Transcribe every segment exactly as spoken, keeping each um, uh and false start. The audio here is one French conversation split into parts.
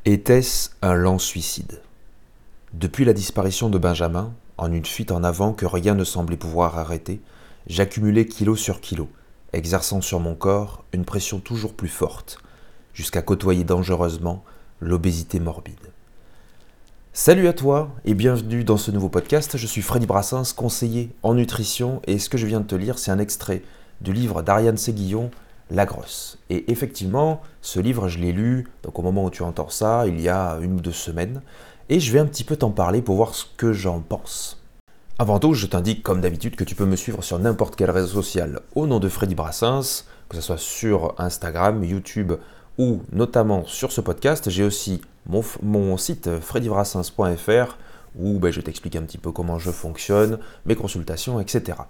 Était-ce un lent suicide? Depuis la disparition de Benjamin, en une fuite en avant que rien ne semblait pouvoir arrêter, j'accumulais kilo sur kilo, exerçant sur mon corps une pression toujours plus forte, jusqu'à côtoyer dangereusement l'obésité morbide. Salut à toi et bienvenue dans ce nouveau podcast, je suis Freddy Brassens, conseiller en nutrition et ce que je viens de te lire c'est un extrait du livre d'Ariane Séguillon, La Grosse. Et effectivement, ce livre je l'ai lu donc au moment où tu entends ça, il y a une ou deux semaines, et je vais un petit peu t'en parler pour voir ce que j'en pense. Avant tout, je t'indique comme d'habitude que tu peux me suivre sur n'importe quel réseau social au nom de Freddy Brassens, que ce soit sur Instagram, YouTube ou notamment sur ce podcast. J'ai aussi mon, mon site freddy brassens point f r où ben, je t'explique un petit peu comment je fonctionne, mes consultations, et cetera.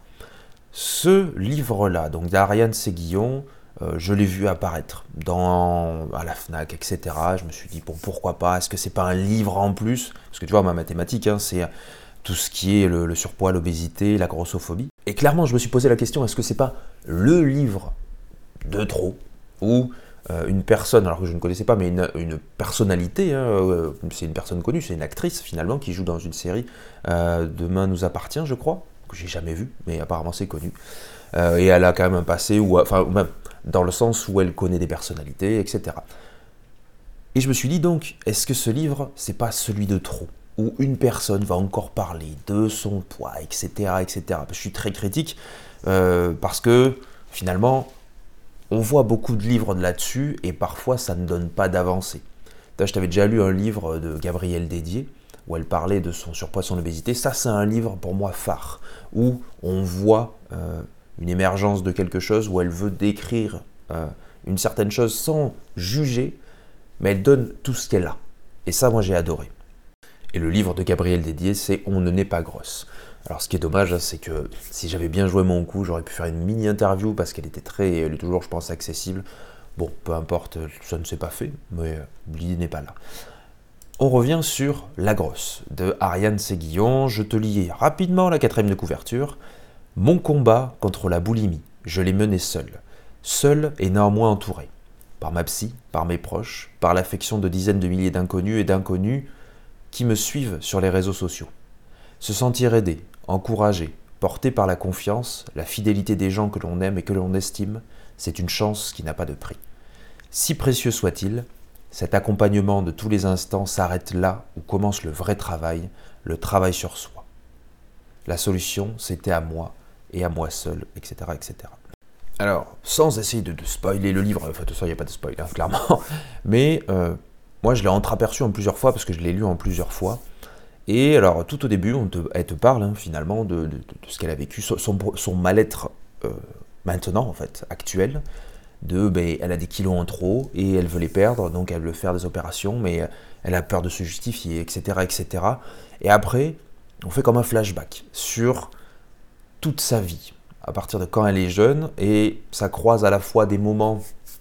Ce livre-là, donc d'Ariane Séguillon, euh, je l'ai vu apparaître dans, à la Fnac, et cetera. Je me suis dit, bon, pourquoi pas, est-ce que c'est pas un livre en plus? Parce que tu vois, ma mathématique, hein, c'est tout ce qui est le, le surpoids, l'obésité, la grossophobie. Et clairement, je me suis posé la question, est-ce que c'est pas le livre de trop ou euh, une personne, alors que je ne connaissais pas, mais une, une personnalité, hein, euh, c'est une personne connue, c'est une actrice finalement qui joue dans une série euh, Demain nous appartient, je crois, que j'ai jamais vu, mais apparemment c'est connu. Euh, et elle a quand même un passé, où, enfin même dans le sens où elle connaît des personnalités, et cetera. Et je me suis dit donc, est-ce que ce livre, c'est pas celui de trop, où une personne va encore parler de son poids, et cetera, et cetera. Je suis très critique euh, parce que finalement, on voit beaucoup de livres là-dessus et parfois ça ne donne pas d'avancée. Je t'avais déjà lu un livre de Gabrielle Dédier où elle parlait de son surpoids, son obésité. Ça, c'est un livre pour moi phare où on voit euh, une émergence de quelque chose, où elle veut décrire euh, une certaine chose sans juger, mais elle donne tout ce qu'elle a. Et ça, moi, j'ai adoré. Et le livre de Gabrielle Dédier, c'est « On ne naît pas grosse ». Alors, ce qui est dommage, c'est que si j'avais bien joué mon coup, j'aurais pu faire une mini-interview parce qu'elle était très, elle est toujours, je pense, accessible. Bon, peu importe, ça ne s'est pas fait, mais l'idée n'est pas là. On revient sur La Grosse de Ariane Séguillon. Je te lis rapidement la quatrième de couverture. « Mon combat contre la boulimie, je l'ai mené seul. Seul et néanmoins entouré. Par ma psy, par mes proches, par l'affection de dizaines de milliers d'inconnus et d'inconnus qui me suivent sur les réseaux sociaux. Se sentir aidé, encouragé, porté par la confiance, la fidélité des gens que l'on aime et que l'on estime, c'est une chance qui n'a pas de prix. Si précieux soit-il, cet accompagnement de tous les instants s'arrête là où commence le vrai travail, le travail sur soi. La solution, c'était à moi et à moi seul, et cetera, et cetera. Alors, sans essayer de, de spoiler le livre, enfin tout ça, il n'y a pas de spoil, hein, clairement, mais euh, moi je l'ai entreaperçu en plusieurs fois parce que je l'ai lu en plusieurs fois. Et alors, tout au début, on te, elle te parle hein, finalement de, de, de ce qu'elle a vécu, son, son mal-être euh, maintenant, en fait, actuel, de, ben, elle a des kilos en trop et elle veut les perdre, donc elle veut faire des opérations, mais elle a peur de se justifier, et cetera, et cetera. Et après, on fait comme un flashback sur toute sa vie, à partir de quand elle est jeune, et ça croise à la fois des moments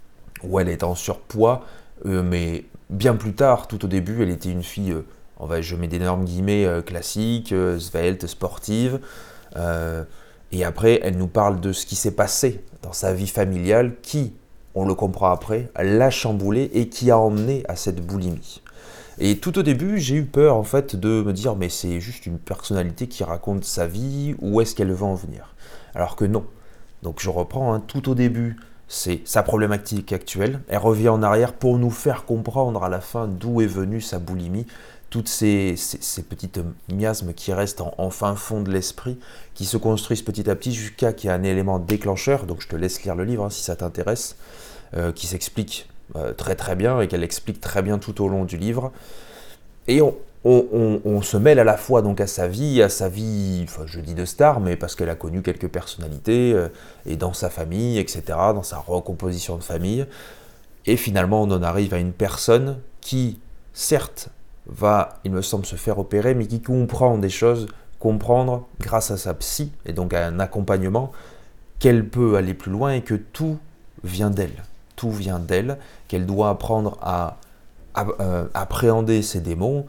où elle est en surpoids, euh, mais bien plus tard, tout au début, elle était une fille... Euh, On va, je mets d'énormes guillemets euh, classiques, euh, svelte, sportive. Euh, et après, elle nous parle de ce qui s'est passé dans sa vie familiale qui, on le comprend après, l'a chamboulée et qui a emmené à cette boulimie. Et tout au début, j'ai eu peur en fait de me dire mais c'est juste une personnalité qui raconte sa vie, où est-ce qu'elle veut en venir? Alors que non. Donc je reprends, hein, tout au début, c'est sa problématique actuelle. Elle revient en arrière pour nous faire comprendre à la fin d'où est venue sa boulimie. Toutes ces, ces, ces petites miasmes qui restent en, en fin fond de l'esprit, qui se construisent petit à petit jusqu'à qu'il y ait un élément déclencheur, donc je te laisse lire le livre hein, si ça t'intéresse, euh, qui s'explique euh, très très bien et qu'elle explique très bien tout au long du livre. Et on, on, on, on se mêle à la fois donc à sa vie, à sa vie, enfin je dis de star, mais parce qu'elle a connu quelques personnalités, euh, et dans sa famille, et cetera, dans sa recomposition de famille. Et finalement on en arrive à une personne qui, certes, va, il me semble, se faire opérer, mais qui comprend des choses, comprendre grâce à sa psy, et donc à un accompagnement, qu'elle peut aller plus loin et que tout vient d'elle. Tout vient d'elle, qu'elle doit apprendre à, à euh, appréhender ses démons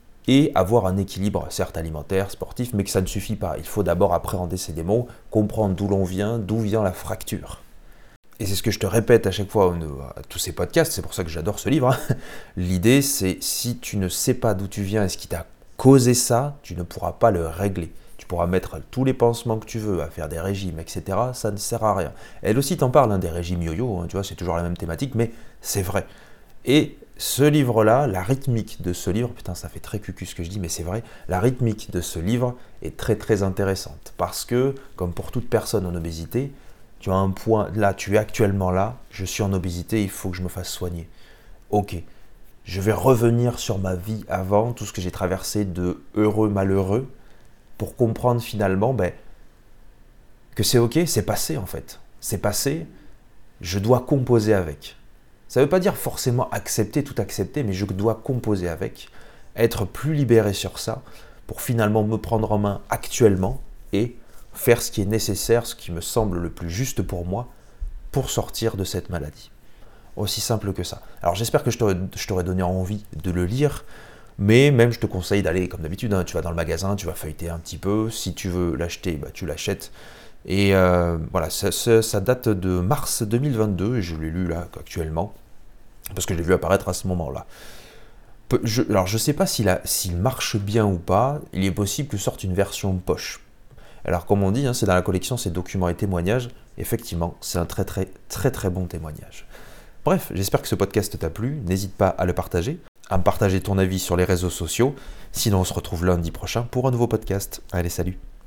et avoir un équilibre, certes alimentaire, sportif, mais que ça ne suffit pas. Il faut d'abord appréhender ses démons, comprendre d'où l'on vient, d'où vient la fracture. et c'est ce que je te répète à chaque fois à tous ces podcasts, c'est pour ça que j'adore ce livre, hein. L'idée, c'est si tu ne sais pas d'où tu viens et ce qui t'a causé ça, tu ne pourras pas le régler. Tu pourras mettre tous les pansements que tu veux, à faire des régimes, et cetera. Ça ne sert à rien. Elle aussi t'en parle, hein, des régimes yo-yo, hein, tu vois, c'est toujours la même thématique, mais c'est vrai. Et ce livre-là, la rythmique de ce livre, putain, ça fait très cucu ce que je dis, mais c'est vrai, la rythmique de ce livre est très très intéressante. Parce que, comme pour toute personne en obésité, tu as un point, là, tu es actuellement là, je suis en obésité, il faut que je me fasse soigner. Ok, je vais revenir sur ma vie avant, tout ce que j'ai traversé de heureux, malheureux, pour comprendre finalement ben, que c'est ok, c'est passé en fait. C'est passé, je dois composer avec. Ça ne veut pas dire forcément accepter, tout accepter, mais je dois composer avec, être plus libéré sur ça, pour finalement me prendre en main actuellement et faire ce qui est nécessaire, ce qui me semble le plus juste pour moi, pour sortir de cette maladie. Aussi simple que ça. Alors j'espère que je t'aurais, je t'aurais donné envie de le lire, mais même je te conseille d'aller, comme d'habitude, hein, tu vas dans le magasin, tu vas feuilleter un petit peu, si tu veux l'acheter, bah, tu l'achètes. Et euh, voilà, ça, ça, ça date de mars deux mille vingt-deux, et je l'ai lu là actuellement, parce que je l'ai vu apparaître à ce moment-là. Je, alors je ne sais pas s'il, a, s'il marche bien ou pas, il est possible que sorte une version poche. Alors comme on dit, hein, c'est dans la collection, c'est documents et témoignages, effectivement, c'est un très très très très bon témoignage. Bref, j'espère que ce podcast t'a plu, n'hésite pas à le partager, à me partager ton avis sur les réseaux sociaux, sinon on se retrouve lundi prochain pour un nouveau podcast. Allez, salut!